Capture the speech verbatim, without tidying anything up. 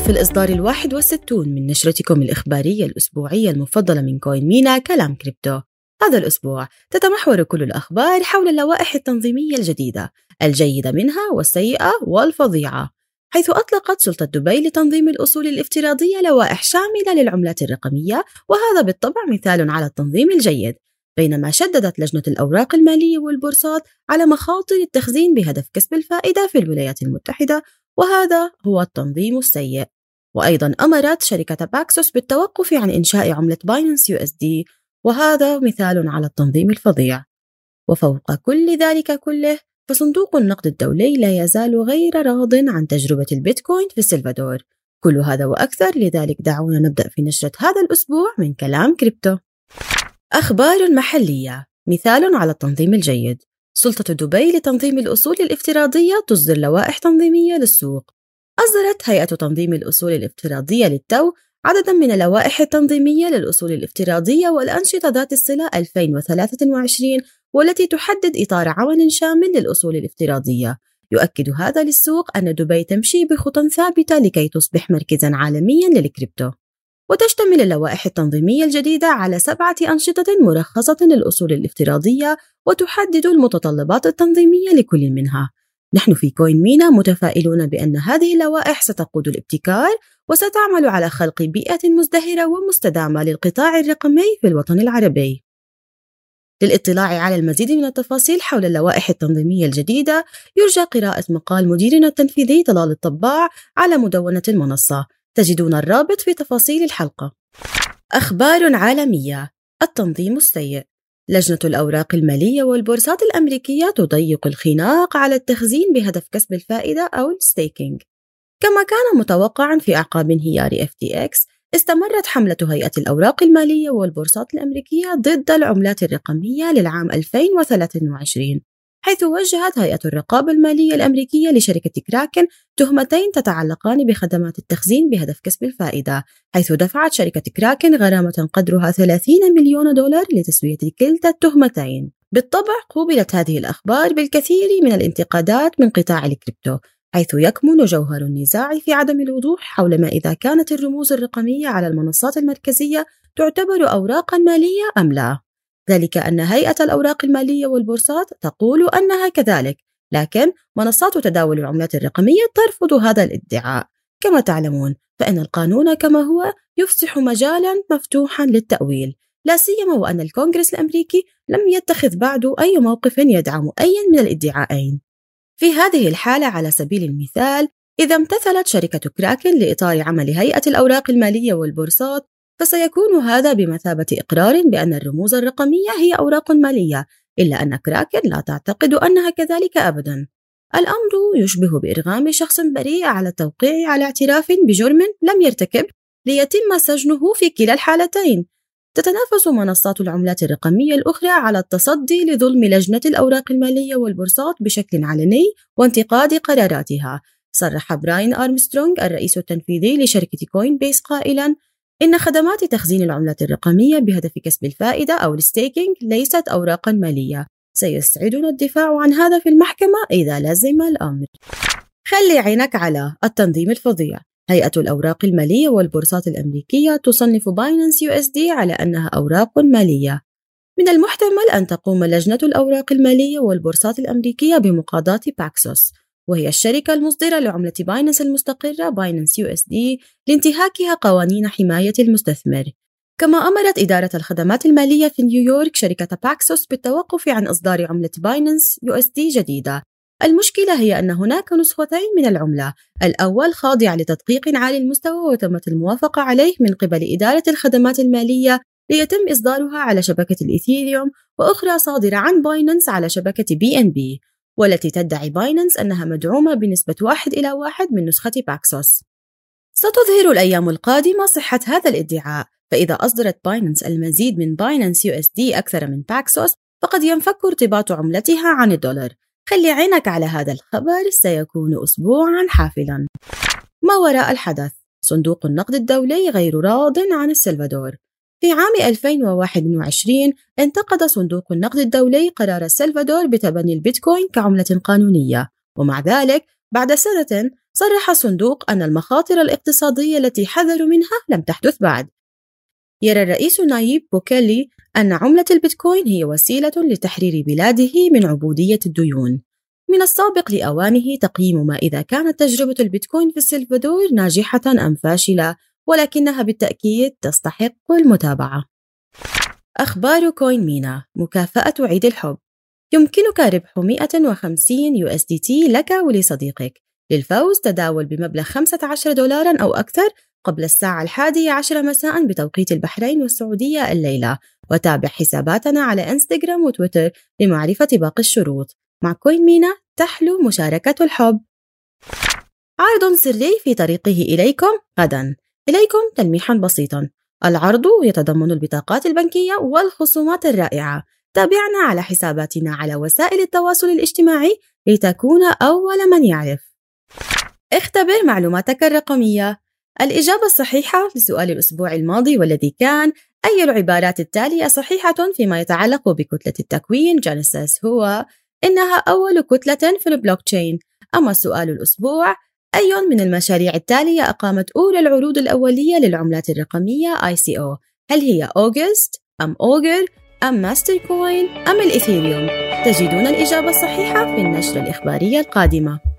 في الإصدار الواحد والستون من نشرتكم الإخبارية الأسبوعية المفضلة من كوين مينا كلام كريبتو. هذا الأسبوع تتمحور كل الأخبار حول اللوائح التنظيمية الجديدة الجيدة منها والسيئة والفظيعة، حيث أطلقت سلطة دبي لتنظيم الأصول الافتراضية لوائح شاملة للعملات الرقمية، وهذا بالطبع مثال على التنظيم الجيد، بينما شددت لجنة الأوراق المالية والبورصات على مخاطر التخزين بهدف كسب الفائدة في الولايات المتحدة، وهذا هو التنظيم السيء. وأيضا أمرت شركة باكسوس بالتوقف عن إنشاء عملة باينانس يو اس دي، وهذا مثال على التنظيم الفظيع. وفوق كل ذلك كله، فصندوق النقد الدولي لا يزال غير راض عن تجربة البيتكوين في السلفادور. كل هذا وأكثر، لذلك دعونا نبدأ في نشرة هذا الأسبوع من كلام كريبتو. أخبار محلية، مثال على التنظيم الجيد. سلطة دبي لتنظيم الأصول الافتراضية تصدر لوائح تنظيمية للسوق. أصدرت هيئة تنظيم الأصول الافتراضية للتو عدداً من اللوائح التنظيمية للأصول الافتراضية والأنشطة ذات الصلة ألفين وثلاثة وعشرين، والتي تحدد إطار عمل شامل للأصول الافتراضية. يؤكد هذا للسوق أن دبي تمشي بخطى ثابتة لكي تصبح مركزاً عالمياً للكريبتو. وتشتمل اللوائح التنظيمية الجديدة على سبعة أنشطة مرخصة للأصول الافتراضية، وتحدد المتطلبات التنظيمية لكل منها. نحن في كوين مينا متفائلون بأن هذه اللوائح ستقود الابتكار وستعمل على خلق بيئة مزدهرة ومستدامة للقطاع الرقمي في الوطن العربي. للاطلاع على المزيد من التفاصيل حول اللوائح التنظيمية الجديدة، يرجى قراءة مقال مديرنا التنفيذي طلال الطباع على مدونة المنصة. تجدون الرابط في تفاصيل الحلقة. أخبار عالمية، التنظيم السيء. لجنة الأوراق المالية والبورصات الأمريكية تضيق الخناق على التخزين بهدف كسب الفائدة أو الستيكينج. كما كان متوقعاً في أعقاب انهيار إف تي إكس، استمرت حملة هيئة الأوراق المالية والبورصات الأمريكية ضد العملات الرقمية للعام ألفين وثلاثة وعشرين، حيث وجهت هيئة الرقابة المالية الأمريكية لشركة كراكن تهمتين تتعلقان بخدمات التخزين بهدف كسب الفائدة، حيث دفعت شركة كراكن غرامة قدرها ثلاثين مليون دولار لتسوية كلتا التهمتين. بالطبع قوبلت هذه الأخبار بالكثير من الانتقادات من قطاع الكريبتو، حيث يكمن جوهر النزاع في عدم الوضوح حول ما إذا كانت الرموز الرقمية على المنصات المركزية تعتبر أوراقاً مالية أم لا. ذلك أن هيئة الأوراق المالية والبورصات تقول أنها كذلك، لكن منصات تداول العملات الرقمية ترفض هذا الادعاء. كما تعلمون فإن القانون كما هو يفسح مجالاً مفتوحاً للتأويل، لا سيما وأن الكونغرس الأمريكي لم يتخذ بعد أي موقف يدعم أي من الادعاءين. في هذه الحالة على سبيل المثال، إذا امتثلت شركة كراكن لإطار عمل هيئة الأوراق المالية والبورصات، فسيكون هذا بمثابة إقرار بأن الرموز الرقمية هي أوراق مالية، إلا أن كراكن لا تعتقد أنها كذلك أبداً. الأمر يشبه بإرغام شخص بريء على التوقيع على اعتراف بجرم لم يرتكب ليتم سجنه في كلا الحالتين. تتنافس منصات العملات الرقمية الأخرى على التصدي لظلم لجنة الأوراق المالية والبورصات بشكل علني وانتقاد قراراتها. صرح براين أرمسترونغ الرئيس التنفيذي لشركة كوين بيس قائلاً إن خدمات تخزين العملات الرقمية بهدف كسب الفائدة أو الستيكينج ليست أوراقاً مالية. سيسعدنا الدفاع عن هذا في المحكمة إذا لزم الأمر. خلي عينك على التنظيم الفظيع. هيئة الأوراق المالية والبورصات الأمريكية تصنف باينانس يو اس دي على أنها أوراق مالية. من المحتمل أن تقوم لجنة الأوراق المالية والبورصات الأمريكية بمقاضاة باكسوس، وهي الشركة المصدرة لعملة باينانس المستقرة باينانس يو اس دي، لانتهاكها قوانين حماية المستثمر. كما أمرت إدارة الخدمات المالية في نيويورك شركة باكسوس بالتوقف عن إصدار عملة باينانس يو اس دي جديدة. المشكلة هي أن هناك نسختين من العملة، الأول خاضع لتدقيق عالي المستوى وتمت الموافقة عليه من قبل إدارة الخدمات المالية ليتم إصدارها على شبكة الإيثيريوم، وأخرى صادرة عن باينانس على شبكة بي إن بي، والتي تدعي باينانس أنها مدعومة بنسبة واحد إلى واحد من نسخة باكسوس. ستظهر الأيام القادمة صحة هذا الادعاء، فإذا أصدرت باينانس المزيد من باينانس يو اس دي أكثر من باكسوس، فقد ينفك ارتباط عملتها عن الدولار. خلي عينك على هذا الخبر، سيكون أسبوعاً حافلاً. ما وراء الحدث، صندوق النقد الدولي غير راض عن السلفادور. في عام ألفين وواحد وعشرين انتقد صندوق النقد الدولي قرار السلفادور بتبني البيتكوين كعملة قانونية، ومع ذلك بعد سنة صرح الصندوق أن المخاطر الاقتصادية التي حذروا منها لم تحدث بعد. يرى الرئيس نايب بوكيلي أن عملة البيتكوين هي وسيلة لتحرير بلاده من عبودية الديون. من السابق لأوانه تقييم ما إذا كانت تجربة البيتكوين في السلفادور ناجحة أم فاشلة، ولكنها بالتأكيد تستحق المتابعة. أخبار كوين مينا. مكافأة عيد الحب. يمكنك ربح مئة وخمسين يو إس دي تي لك ولصديقك. للفوز تداول بمبلغ خمسة عشر دولاراً أو أكثر قبل الساعة الحادية عشر مساء بتوقيت البحرين والسعودية الليلة، وتابع حساباتنا على إنستغرام وتويتر لمعرفة باقي الشروط. مع كوين مينا تحلو مشاركة الحب. عرض سري في طريقه إليكم غداً. إليكم تلميحاً بسيطاً. العرض يتضمن البطاقات البنكية والخصومات الرائعة. تابعنا على حساباتنا على وسائل التواصل الاجتماعي لتكون أول من يعرف. اختبر معلوماتك الرقمية. الإجابة الصحيحة لسؤال الأسبوع الماضي والذي كان: أي العبارات التالية صحيحة فيما يتعلق بكتلة التكوين جينيسيس هو إنها أول كتلة في البلوكتشين. أما سؤال الأسبوع: أي من المشاريع التالية أقامت أولى العروض الأولية للعملات الرقمية آي سي أو؟ هل هي أوغست أم أوغر أم ماستر كوين أم الإثيريوم؟ تجدون الإجابة الصحيحة في النشرة الإخبارية القادمة.